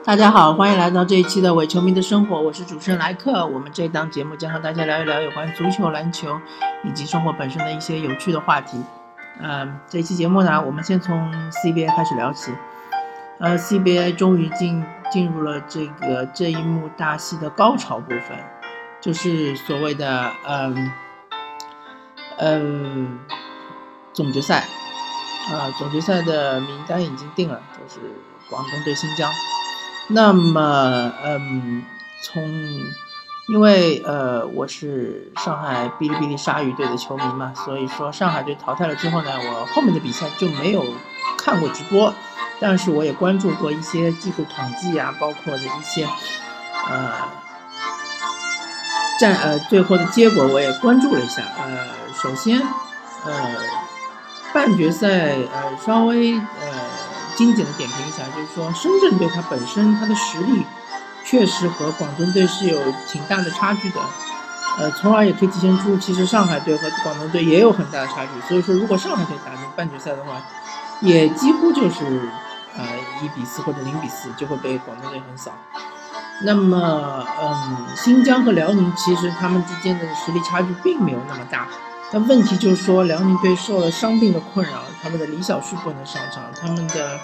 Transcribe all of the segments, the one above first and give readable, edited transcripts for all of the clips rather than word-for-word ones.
大家好，欢迎来到这一期的伪球迷的生活，我是主持人莱克。我们这档节目将和大家聊一聊有关足球、篮球以及生活本身的一些有趣的话题。这一期节目呢，我们先从 CBA 开始聊起。CBA 终于进入了这一幕大戏的高潮部分，就是所谓的总决赛。总决赛的名单已经定了，就是广东对新疆。那么因为我是上海哔哩哔哩鲨鱼队的球迷嘛，所以说上海队淘汰了之后呢，我后面的比赛就没有看过直播，但是我也关注过一些技术统计啊，包括的一些最后的结果我也关注了一下。首先半决赛稍微精简的点评一下，就是说深圳队它本身它的实力确实和广东队是有挺大的差距的，从而也可以体现出其实上海队和广东队也有很大的差距。所以说如果上海队打进半决赛的话，也几乎就是1-4或者0-4就会被广东队横扫。那么新疆和辽宁其实他们之间的实力差距并没有那么大，但问题就是说辽宁队受了伤病的困扰，他们的李晓旭不能上场，他们的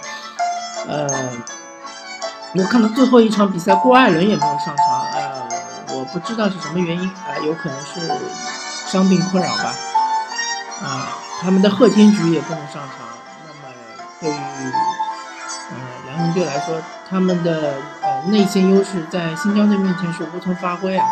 我看到最后一场比赛郭艾伦也没有上场，我不知道是什么原因，有可能是伤病困扰吧。他们的贺天菊也不能上场。那么对于辽宁队来说，他们的内线优势在新疆队面前是无从发挥啊。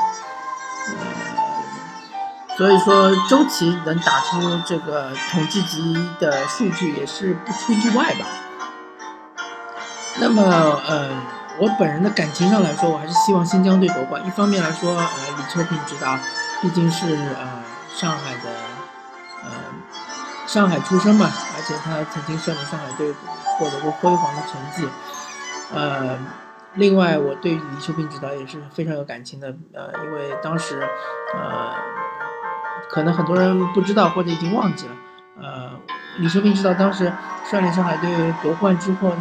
所以说周琦能打出这个统治级的数据也是不出意外吧。那么我本人的感情上来说，我还是希望新疆队夺冠。一方面来说李秋平指导毕竟是上海出身嘛，而且他曾经率领上海队获得过辉煌的成绩。另外我对李秋平指导也是非常有感情的，因为当时可能很多人不知道或者已经忘记了，李秋平指导当时率领上海队夺冠之后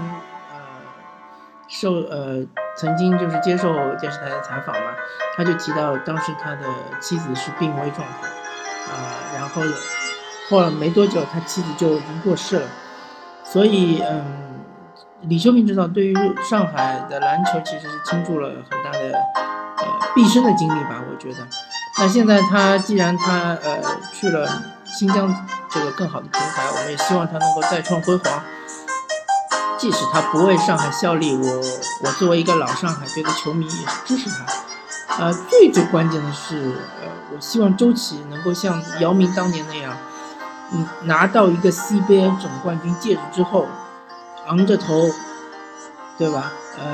曾经就是接受电视台的采访嘛，他就提到当时他的妻子是病危状态，然后后来没多久他妻子就已经过世了。所以李秋平指导对于上海的篮球其实是倾注了很大的毕生的精力吧，我觉得。那现在既然他去了新疆这个更好的平台，我们也希望他能够再创辉煌。即使他不为上海效力，我作为一个老上海队的球迷也是支持他。最关键的是我希望周琦能够像姚明当年那样，拿到一个 CBA 总冠军戒指之后，昂着头，对吧？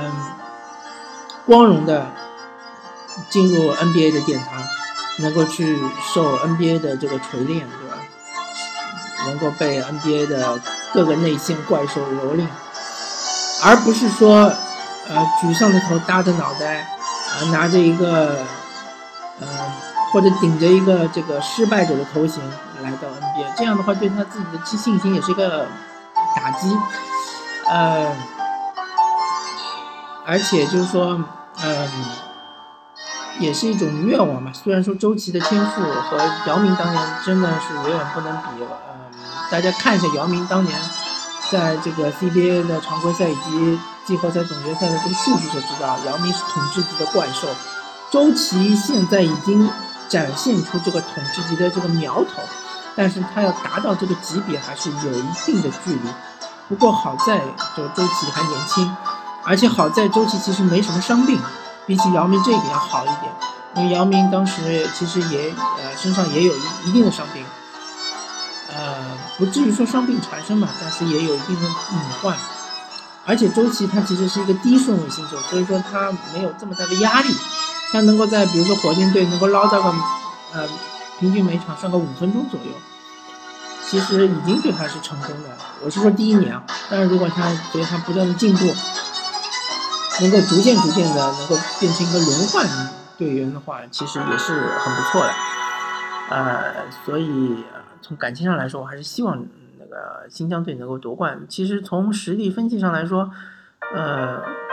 光荣的进入 NBA 的殿堂，能够去受 NBA 的这个锤炼，对吧？能够被 NBA 的各个内线怪兽蹂躏，而不是说举上的头搭着脑袋，拿着一个或者顶着一个这个失败者的头衔来到 NBA， 这样的话对他自己的信心也是一个打击。而且就是说也是一种愿望嘛。虽然说周琦的天赋和姚明当年真的是远远不能比，大家看一下姚明当年在这个 CBA 的常规赛以及季后赛总决赛的这个数据就知道，姚明是统治级的怪兽。周琦现在已经展现出这个统治级的这个苗头，但是他要达到这个级别还是有一定的距离。不过好在就周琦还年轻，而且好在周琦其实没什么伤病，比起姚明这一点要好一点。因为姚明当时其实也身上也有一定的伤病，不至于说伤病缠身嘛，但是也有一定的隐患。而且周琦他其实是一个低顺位新秀，所以说他没有这么大的压力，他能够在比如说火箭队能够捞到个平均每场上个5分钟左右，其实已经对他是成功的。我是说第一年但是如果他随他不断的进步，能够逐渐的能够变成一个轮换队员的话，其实也是很不错的。所以从感情上来说，我还是希望那个新疆队能够夺冠。其实从实力分析上来说，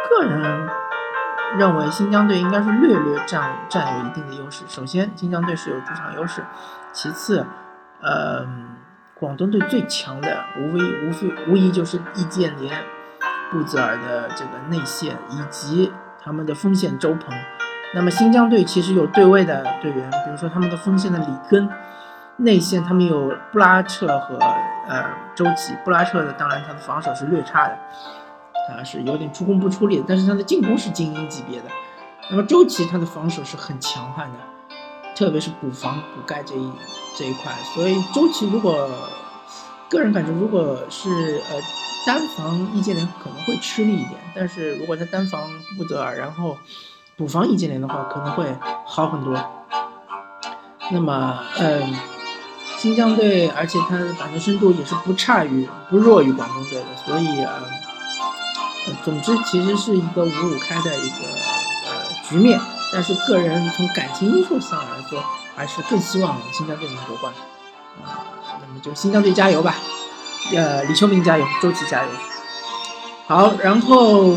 个人认为新疆队应该是略占有一定的优势。首先，新疆队是有主场优势，其次，广东队最强的无疑就是易建联、布泽尔的这个内线以及他们的锋线周鹏。那么新疆队其实有对位的队员，比如说他们的锋线的里根，内线他们有布拉彻和周琦。布拉彻的当然他的防守是略差的，他是有点出工不出力，但是他的进攻是精英级别的。那么周琦他的防守是很强悍的，特别是补防补盖这一块。所以周琦个人感觉如果是单防易建联可能会吃力一点，但是如果他单防布泽尔，然后补防易建联的话，可能会好很多。那么新疆队，而且他的板凳深度也是不弱于广东队的，所以总之其实是一个5-5开的一个局面。但是个人从感情因素上来说，还是更希望新疆队能夺冠。那么就新疆队加油吧，李秋明加油，周琦加油。好，然后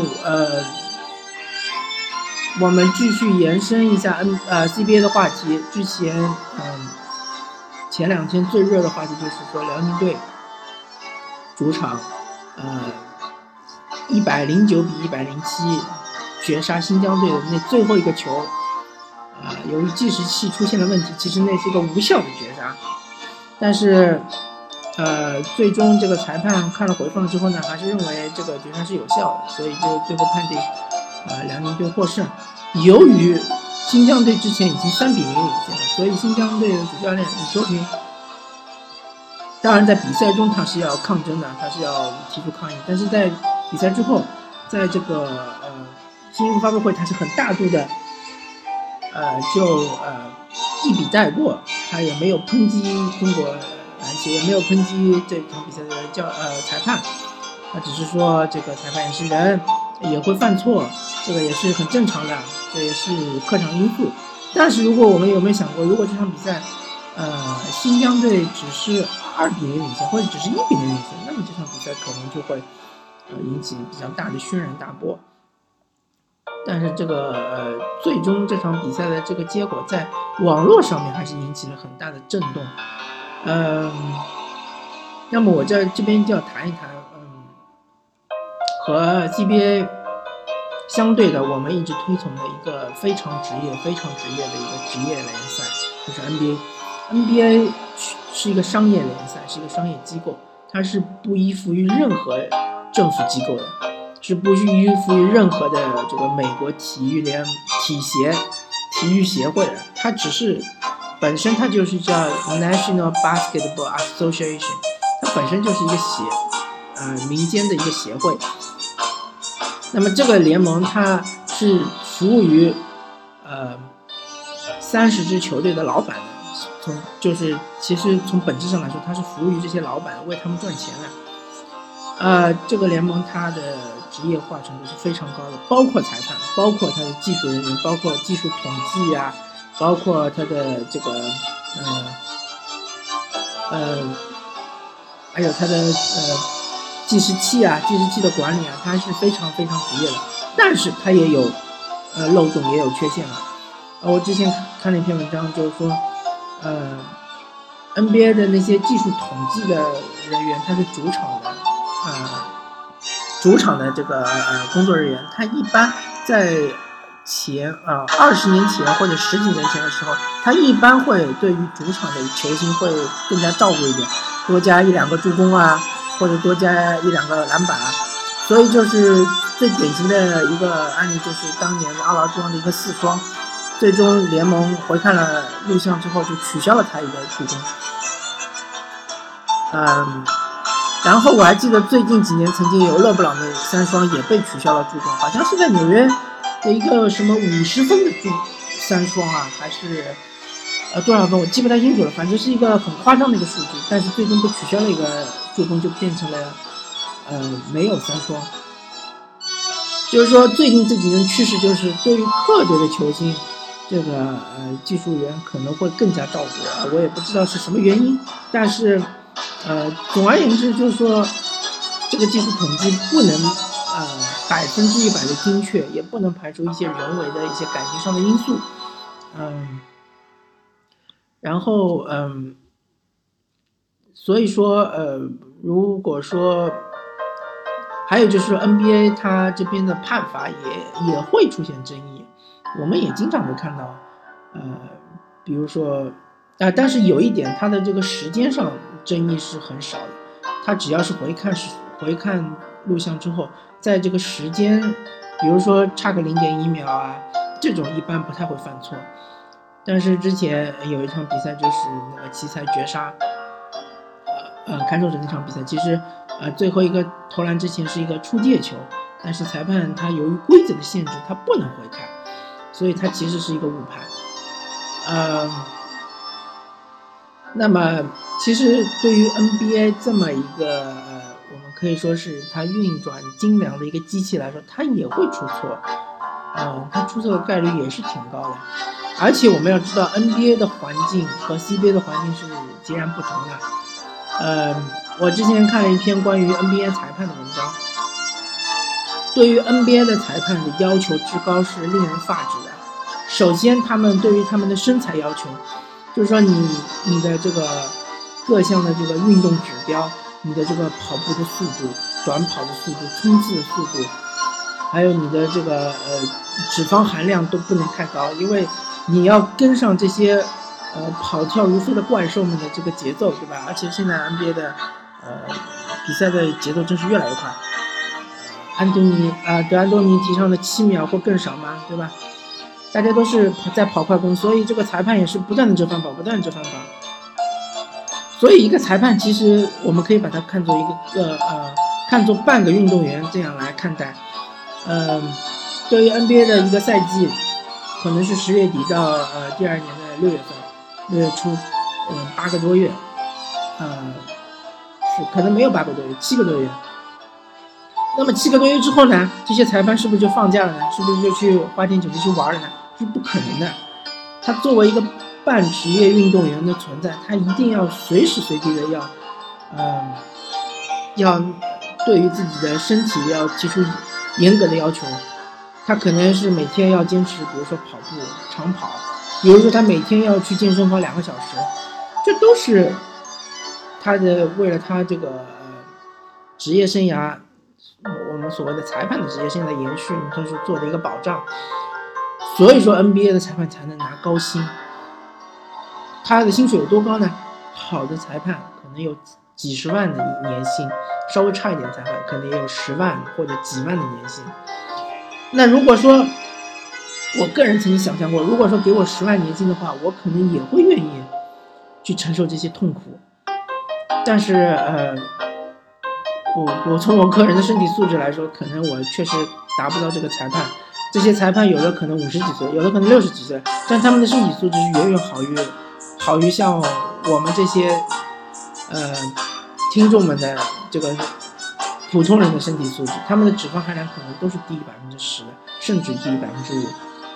我们继续延伸一下CBA 的话题。之前前2天最热的话题就是说辽宁队主场109比107绝杀新疆队的那最后一个球由于计时器出现了问题，其实那是一个无效的绝杀。但是最终这个裁判看了回放之后呢，还是认为这个绝杀是有效的，所以就最后判定辽宁队获胜。由于新疆队之前已经3比0领先了，所以新疆队的主教练李秋平当然在比赛中他是要抗争的，他是要提出抗议，但是在比赛之后，在这个新闻发布会，他是很大度的就一笔带过，他也没有抨击中国篮协，也没有抨击这场比赛的裁判，他只是说这个裁判也是人，也会犯错，这个也是很正常的，这也是客场因素。但是如果我们有没有想过，如果这场比赛新疆队只是2比0领先，或者只是1比0领先，那么这场比赛可能就会引起比较大的轩然大波。但是这个最终这场比赛的这个结果在网络上面还是引起了很大的震动。那么我在这边就要谈一谈和 CBA 相对的，我们一直推崇的一个非常职业的一个职业联赛，就是 NBA 是一个商业联赛，是一个商业机构，它是不依附于任何政府机构的，是不依附于任何的这个美国体育协会的，它只是本身它就是叫 National Basketball Association， 它本身就是一个民间的一个协会。那么这个联盟它是服务于30支球队的老板的，其实从本质上来说，它是服务于这些老板，为他们赚钱的。这个联盟它的职业化程度是非常高的，包括裁判，包括它的技术人员，包括技术统计啊，包括它的这个还有它的计时器的管理啊，它是非常非常职业的。但是它也有漏洞，也有缺陷了。我之前看了一篇文章，就是说NBA 的那些技术统计的人员，他是主场的这个工作人员，他一般在20年前或者10几年前的时候，他一般会对于主场的球星会更加照顾一点，多加1-2个助攻啊，或者多加1-2个篮板啊。所以就是最典型的一个案例，就是当年阿劳庄的一个4双，最终联盟回看了录像之后就取消了他一个助攻。然后我还记得最近几年曾经有勒布朗的3双也被取消了助攻，好像是在纽约的一个什么50分的3双啊，还是多少分我记不太清楚了，反正是一个很夸张的一个数据，但是最终被取消了一个助攻，就变成了没有3双。就是说最近这几年趋势就是对于客队的球星，这个技术员可能会更加照顾我也不知道是什么原因，但是总而言之就是说这个技术统计不能 100%的精确，也不能排除一些人为的一些感情上的因素。然后所以说如果说还有就是说 NBA 它这边的判罚也会出现争议，我们也经常会看到比如说但是有一点，它的这个时间上争议是很少的，它只要是回看录像之后，在这个时间比如说差个 0.1 秒啊，这种一般不太会犯错。但是之前有一场比赛，就是那个奇才绝杀看守者那场比赛，其实最后一个投篮之前是一个出界球，但是裁判他由于规则的限制，他不能回看，所以他其实是一个误判。那么其实对于 NBA 这么一个我们可以说是它运转精良的一个机器来说，它也会出错，它出错的概率也是挺高的。而且我们要知道 NBA 的环境和 CBA 的环境是截然不同的。我之前看了一篇关于 NBA 裁判的文章，对于 NBA 的裁判的要求之高是令人发指的。首先他们对于他们的身材要求，就是说你的这个各项的这个运动指标，你的这个跑步的速度、短跑的速度、冲刺的速度，还有你的这个脂肪含量都不能太高，因为你要跟上这些跑跳如飞的怪兽们的这个节奏，对吧？而且现在 NBA 的比赛的节奏真是越来越快。德安东尼提倡的7秒或更少嘛，对吧？大家都是在跑快攻，所以这个裁判也是不断的折返跑。所以一个裁判其实我们可以把它看作看作半个运动员这样来看待。对于 NBA 的一个赛季，可能是10月底到第2年的6月份，6月初，8个多月，是可能没有8个多月，7个多月。那么7个多月之后呢，这些裁判是不是就放假了呢？是不是就去花天酒地去玩了呢？是不可能的。他作为一个半职业运动员的存在，他一定要随时随地的要对于自己的身体要提出严格的要求。他可能是每天要坚持，比如说跑步、长跑，比如说他每天要去健身房2个小时，这都是他的为了他这个职业生涯，我们所谓的裁判的职业生涯的延续，都是做的一个保障。所以说 NBA 的裁判才能拿高薪。他的薪水有多高呢？好的裁判可能有几十万的年薪，稍微差一点裁判可能也有10万或者几万的年薪。那如果说我个人曾经想象过，如果说给我10万年薪的话，我可能也会愿意去承受这些痛苦。但是我从我个人的身体素质来说，可能我确实达不到这个裁判。这些裁判有的可能50几岁，有的可能60几岁，但他们的身体素质是远远好于像我们这些听众们的这个普通人的身体素质，他们的脂肪含量可能都是低于10%的，甚至低于5%。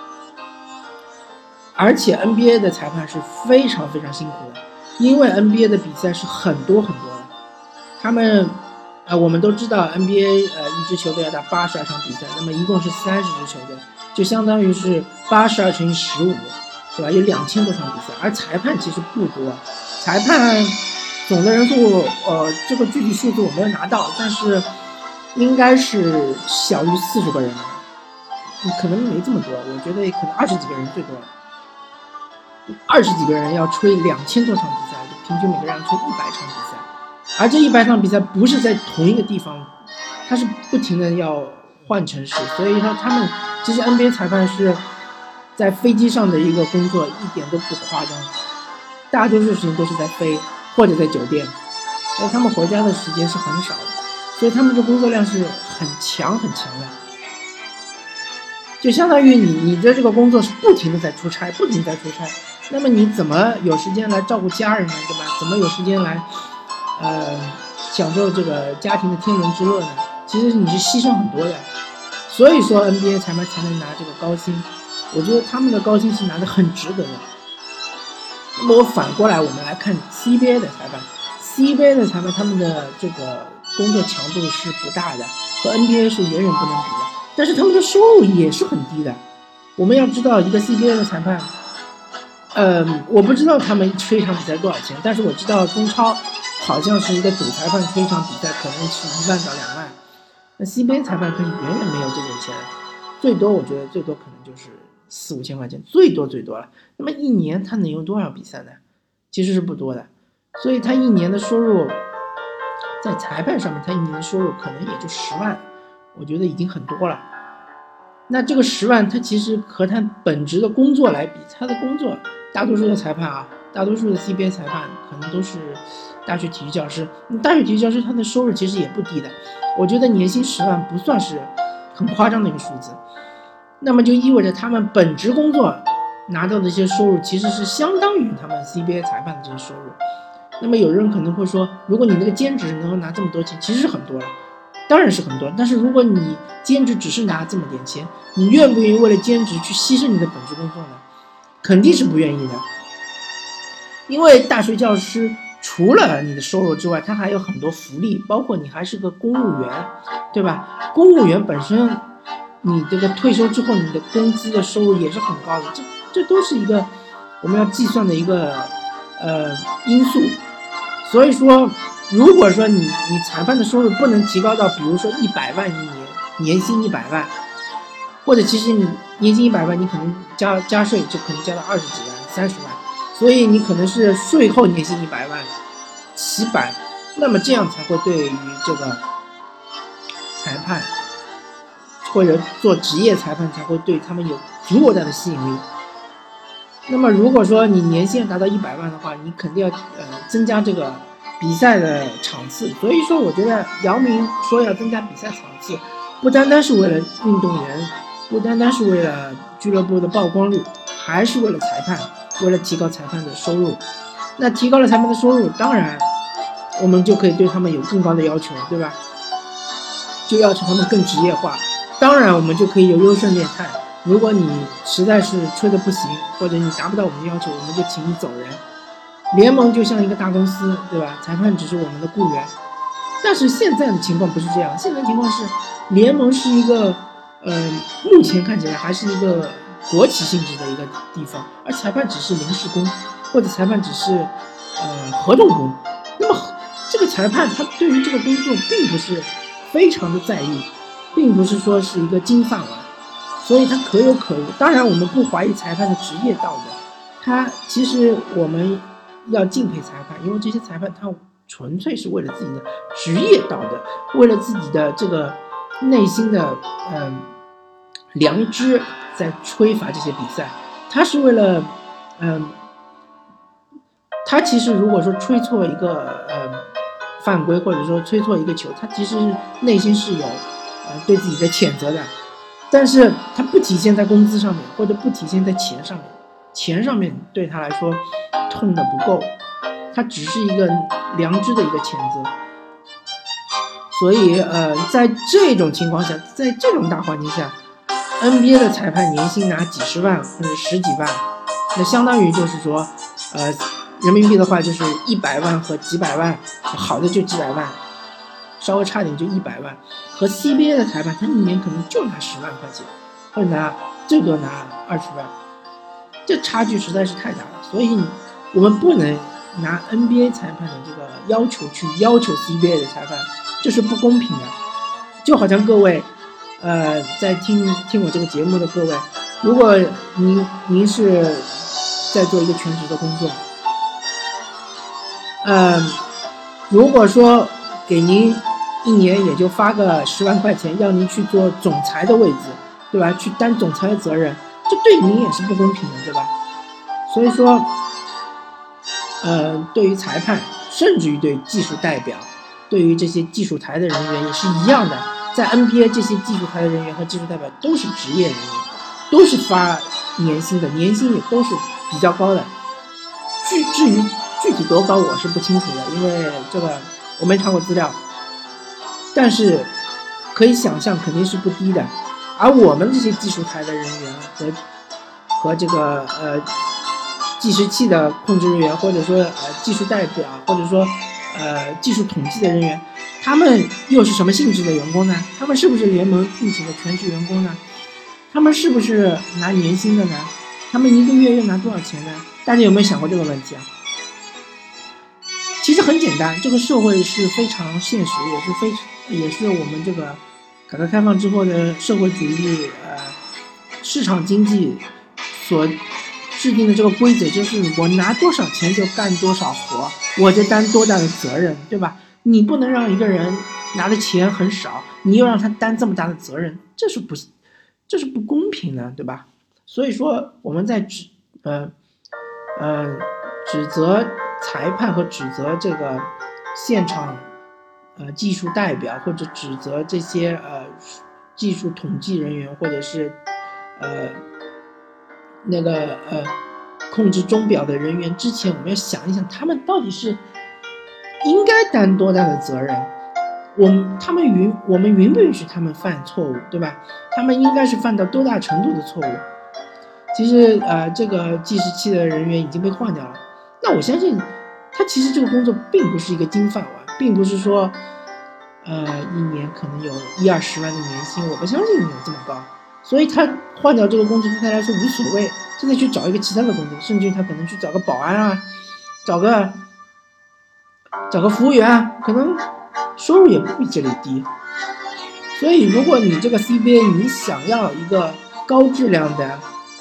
而且 NBA 的裁判是非常非常辛苦的，因为 NBA 的比赛是很多很多的。他们我们都知道 NBA 一支球队要打82场比赛，那么一共是30支球队，就相当于是82乘以15，对吧？有2000多场比赛。而裁判其实不多，裁判总的人数这个具体数字我没有拿到，但是应该是小于40个人的，可能没这么多，我觉得可能20几个人最多了。20几个人要吹2000多场比赛，平均每个人要吹100场比赛。而这100场比赛不是在同一个地方，它是不停的要换城市，所以说他们其实 NBA 裁判是在飞机上的一个工作，一点都不夸张，大多数时间都是在飞或者在酒店，而他们回家的时间是很少的，所以他们的工作量是很强的，就相当于你的这个工作是不停的在出差，那么你怎么有时间来照顾家人呢，对吧？怎么有时间来享受这个家庭的天伦之乐呢？其实你是牺牲很多的。所以说 NBA 裁判才能拿这个高薪，我觉得他们的高薪是拿得很值得的。那么我反过来我们来看 CBA 的裁判，他们的这个工作强度是不大的，和 NBA 是远远不能比的。但是他们的收入也是很低的。我们要知道，一个 CBA 的裁判，我不知道他们吹一场比赛多少钱，但是我知道中超好像是一个主裁判吹一场比赛可能是1万到2万，那 CBA 裁判可以远远没有这点钱，最多我觉得最多可能就是4、5千块钱，最多了。那么一年他能有多少比赛呢？其实是不多的，所以他一年的收入，在裁判上面，他一年的收入可能也就10万，我觉得已经很多了。那这个10万，他其实和他本职的工作来比，他的工作，大多数的裁判啊，大多数的 CBA 裁判可能都是大学体育教师。大学体育教师他的收入其实也不低的，我觉得年薪10万不算是很夸张的一个数字。那么就意味着他们本职工作拿到的这些收入，其实是相当于他们 CBA 裁判的这些收入。那么有人可能会说，如果你那个兼职能够拿这么多钱，其实是很多了。当然是很多，但是如果你兼职只是拿这么点钱，你愿不愿意为了兼职去牺牲你的本职工作呢？肯定是不愿意的。因为大学教师除了你的收入之外，他还有很多福利，包括你还是个公务员，对吧？公务员本身，你这个退休之后，你的工资的收入也是很高的，这都是一个我们要计算的一个因素。所以说，如果说你裁判的收入不能提高到，比如说100万一年，年薪100万，或者其实你年薪100万，你可能加税就可能加到20几万、30万，所以你可能是税后年薪100万起版，那么这样才会对于这个裁判或者做职业裁判才会对他们有足够大的吸引力。那么如果说你年薪达到100万的话，你肯定要增加这个比赛的场次。所以说我觉得姚明说要增加比赛场次，不单单是为了运动员，不单单是为了俱乐部的曝光率，还是为了裁判，为了提高裁判的收入。那提高了裁判的收入，当然我们就可以对他们有更高的要求，对吧？就要求他们更职业化。当然我们就可以有优胜劣汰，如果你实在是吹得不行，或者你达不到我们的要求，我们就请你走人。联盟就像一个大公司，对吧？裁判只是我们的雇员。但是现在的情况不是这样，现在的情况是联盟是一个目前看起来还是一个国企性质的一个地方，而裁判只是临时工，或者裁判只是合同工。那么这个裁判他对于这个工作并不是非常的在意，并不是说是一个金饭碗，所以他可有可无。当然我们不怀疑裁判的职业道德，他其实我们要敬佩裁判，因为这些裁判他纯粹是为了自己的职业道德，为了自己的这个内心的良知在吹罚这些比赛。他是为了他其实如果说吹错一个犯规，或者说吹错一个球，他其实内心是有对自己的谴责的，但是他不体现在工资上面，或者不体现在钱上面。钱上面对他来说痛的不够，他只是一个良知的一个谴责。所以在这种情况下，在这种大环境下， NBA 的裁判年薪拿几十万或者10几万，那相当于就是说人民币的话就是100万和几百万，好的就几百万，稍微差点就100万。和 CBA 的裁判他一年可能就拿10万块钱，或者最多拿20万，这差距实在是太大了。所以我们不能拿 NBA 裁判的这个要求去要求 CBA 的裁判，这是不公平的。就好像各位在听我这个节目的各位，如果您是在做一个全职的工作，如果说给您一年也就发个10万块钱，要您去做总裁的位置，对吧？去担总裁的责任，这对您也是不公平的，对吧？所以说对于裁判，甚至于对技术代表，对于这些技术台的人员也是一样的。在 NBA 这些技术台的人员和技术代表都是职业人员，都是发年薪的，年薪也都是比较高的。至于具体多高我是不清楚的，因为这个我没查过资料，但是可以想象肯定是不低的。而我们这些技术台的人员和这个计时器的控制人员，或者说技术代表，或者说技术统计的人员， 他们又是什么性质的员工呢？他们是不是联盟聘请的全职员工呢？他们是不是拿年薪的呢？他们一个月又拿多少钱呢？大家有没有想过这个问题啊？其实很简单，这个社会是非常现实，也是我们这个改革开放之后的社会主义市场经济所制定的这个规则，就是我拿多少钱就干多少活，我就担多大的责任，对吧？你不能让一个人拿的钱很少，你又让他担这么大的责任，这是不公平的，对吧？所以说我们在指责裁判和指责这个现场技术代表，或者指责这些技术统计人员，或者是控制钟表的人员之前，我们要想一想，他们到底是应该担多大的责任？我们允不允许他们犯错误，对吧？他们应该是犯到多大程度的错误？其实这个计时器的人员已经被换掉了，那我相信他其实这个工作并不是一个金饭碗，并不是说一年可能有10-20万的年薪，我不相信有这么高，所以他换掉这个工作对他来说无所谓，他再去找一个其他的工作，甚至他可能去找个保安啊，找个服务员啊，可能收入也不比这里低。所以如果你这个 CBA 你想要一个高质量的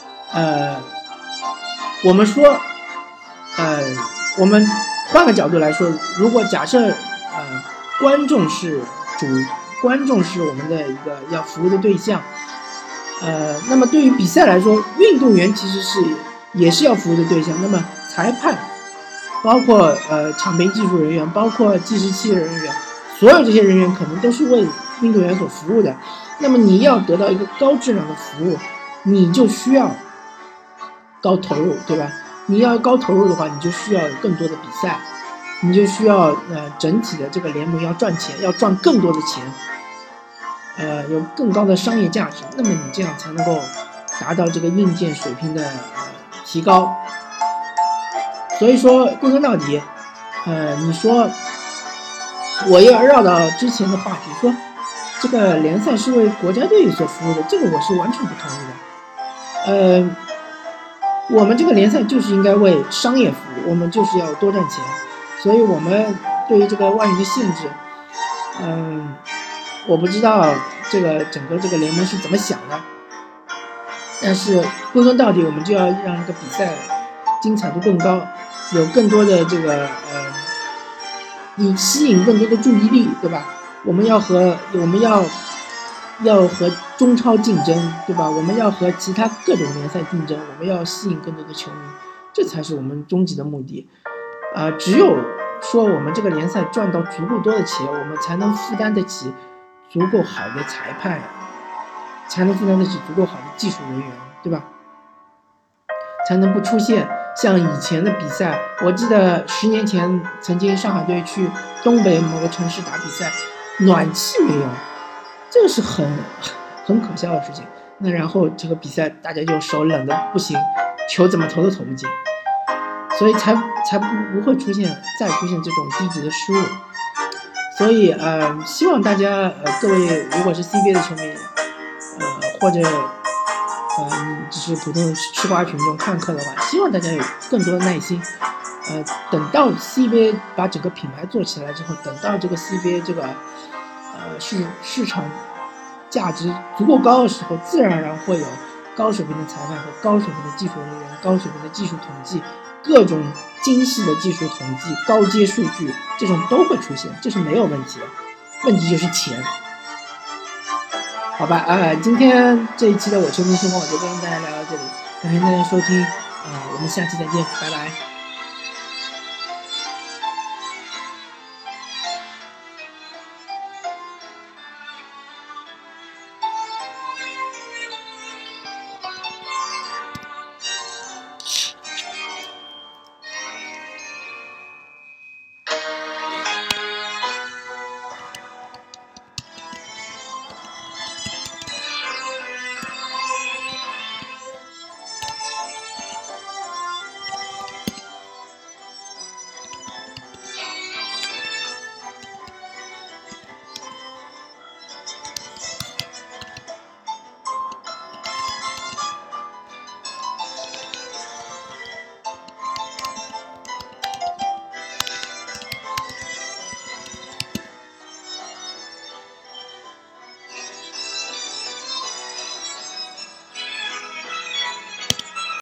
我们说我们换个角度来说，如果假设观众是我们的一个要服务的对象，那么对于比赛来说，运动员其实也是要服务的对象，那么裁判包括场边技术人员，包括计时器的人员，所有这些人员可能都是为运动员所服务的。那么你要得到一个高质量的服务，你就需要高投入，对吧？你要高投入的话，你就需要更多的比赛，你就需要整体的这个联盟要赚钱，要赚更多的钱，有更高的商业价值，那么你这样才能够达到这个硬件水平的提高。所以说归根到底你说我要绕到之前的话题，说这个联赛是为国家队所服务的，这个我是完全不同意的。我们这个联赛就是应该为商业服务，我们就是要多赚钱，所以我们对于这个外援的限制我不知道这个整个这个联盟是怎么想的，但是归根到底我们就要让这个比赛精彩度更高，有更多的这个你吸引更多的注意力，对吧？我们要和中超竞争，对吧？我们要和其他各种联赛竞争，我们要吸引更多的球迷，这才是我们终极的目的。只有说我们这个联赛赚到足够多的钱，我们才能负担得起足够好的裁判，才能负担得起足够好的技术人员，对吧？才能不出现像以前的比赛。我记得10年前曾经上海队去东北某个城市打比赛，暖气没有，这个是很可笑的事情。那然后这个比赛大家就手冷的不行，球怎么投都投不进，所以才不会再出现这种低级的失误。所以希望大家各位如果是 CBA 的球迷或者只是普通的吃瓜群众看客的话，希望大家有更多的耐心。等到 CBA 把整个品牌做起来之后，等到这个 CBA 这个市场价值足够高的时候，自然而然会有高水平的裁判和高水平的技术人员、高水平的技术统计、各种精细的技术统计、高阶数据，这种都会出现，这是没有问题的。问题就是钱。好吧，今天这一期的我球迷生活我就跟大家聊到这里，感谢大家收听，我们下期再见，拜拜。